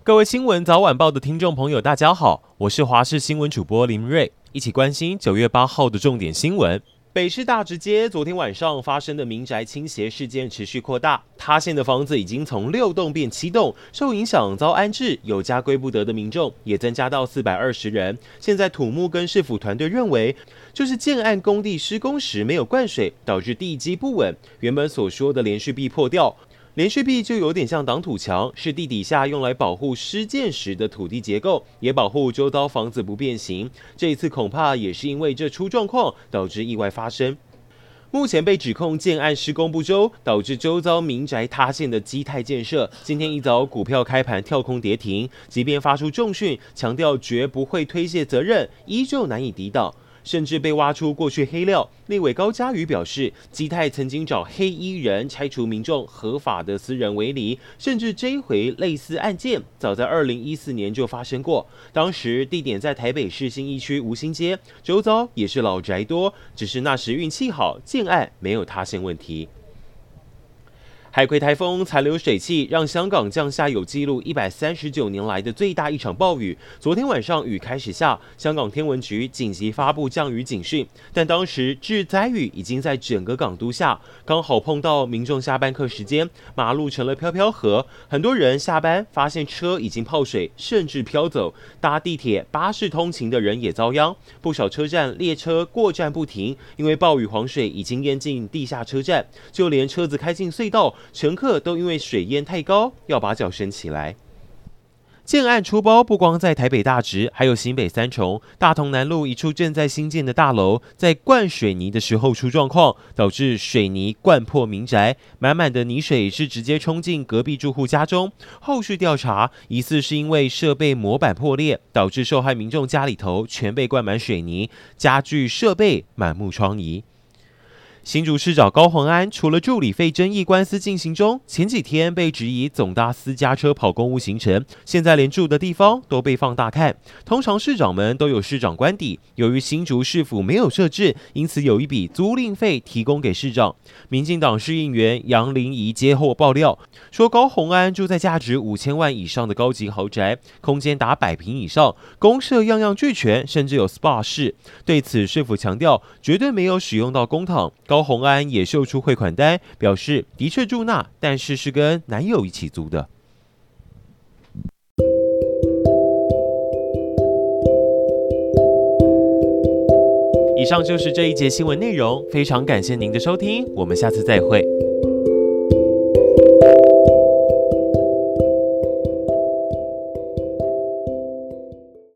各位新闻早晚报的听众朋友，大家好，我是华视新闻主播林瑞，一起关心9月8号的重点新闻。北市大直街昨天晚上发生的民宅倾斜事件持续扩大，塌陷的房子已经从6栋变7栋，受影响遭安置有家归不得的民众也增加到420人。现在土木跟市府团队认为，就是建案工地施工时没有灌水，导致地基不稳，原本所说的连续壁破掉。连续壁就有点像挡土墙，是地底下用来保护施建时的土地结构，也保护周遭房子不变形。这一次恐怕也是因为这出状况，导致意外发生。目前被指控建案施工不周，导致周遭民宅塌陷的基泰建设，今天一早股票开盘跳空跌停，即便发出重讯，强调绝不会推卸责任，依旧难以抵挡。甚至被挖出过去黑料，立委高嘉瑜表示，基泰曾经找黑衣人拆除民众合法的私人围篱，甚至这一回类似案件，早在2014年就发生过，当时地点在台北市信义区吴兴街，周遭也是老宅多，只是那时运气好，建案没有塌陷问题。海葵台风残留水汽让香港降下有记录139年来的最大一场暴雨。昨天晚上雨开始下，香港天文局紧急发布降雨警讯，但当时致灾雨已经在整个港都下，刚好碰到民众下班课时间，马路成了飘飘河，很多人下班发现车已经泡水，甚至飘走。搭地铁、巴士通勤的人也遭殃，不少车站列车过站不停，因为暴雨黄水已经淹进地下车站，就连车子开进隧道，乘客都因为水淹太高，要把脚伸起来。建案出包不光在台北大直，还有新北三重、大同南路一处正在新建的大楼，在灌水泥的时候出状况，导致水泥灌破民宅，满满的泥水是直接冲进隔壁住户家中。后续调查，疑似是因为设备模板破裂，导致受害民众家里头全被灌满水泥，家具设备满目疮痍。新竹市长高虹安除了助理费争议官司进行中，前几天被质疑总搭私家车跑公务行程，现在连住的地方都被放大看。通常市长们都有市长官邸，由于新竹市府没有设置，因此有一笔租赁费提供给市长。民进党市议员杨玲仪接获爆料，说高虹安住在价值5000万以上的高级豪宅，空间达100坪以上，公设样样俱全，甚至有 SPA 室。对此，市府强调绝对没有使用到公帑。高虹安也秀出汇款单，表示的确住那，但是是跟男友一起租的。以上就是这一节新闻内容，非常感谢您的收听，我们下次再会。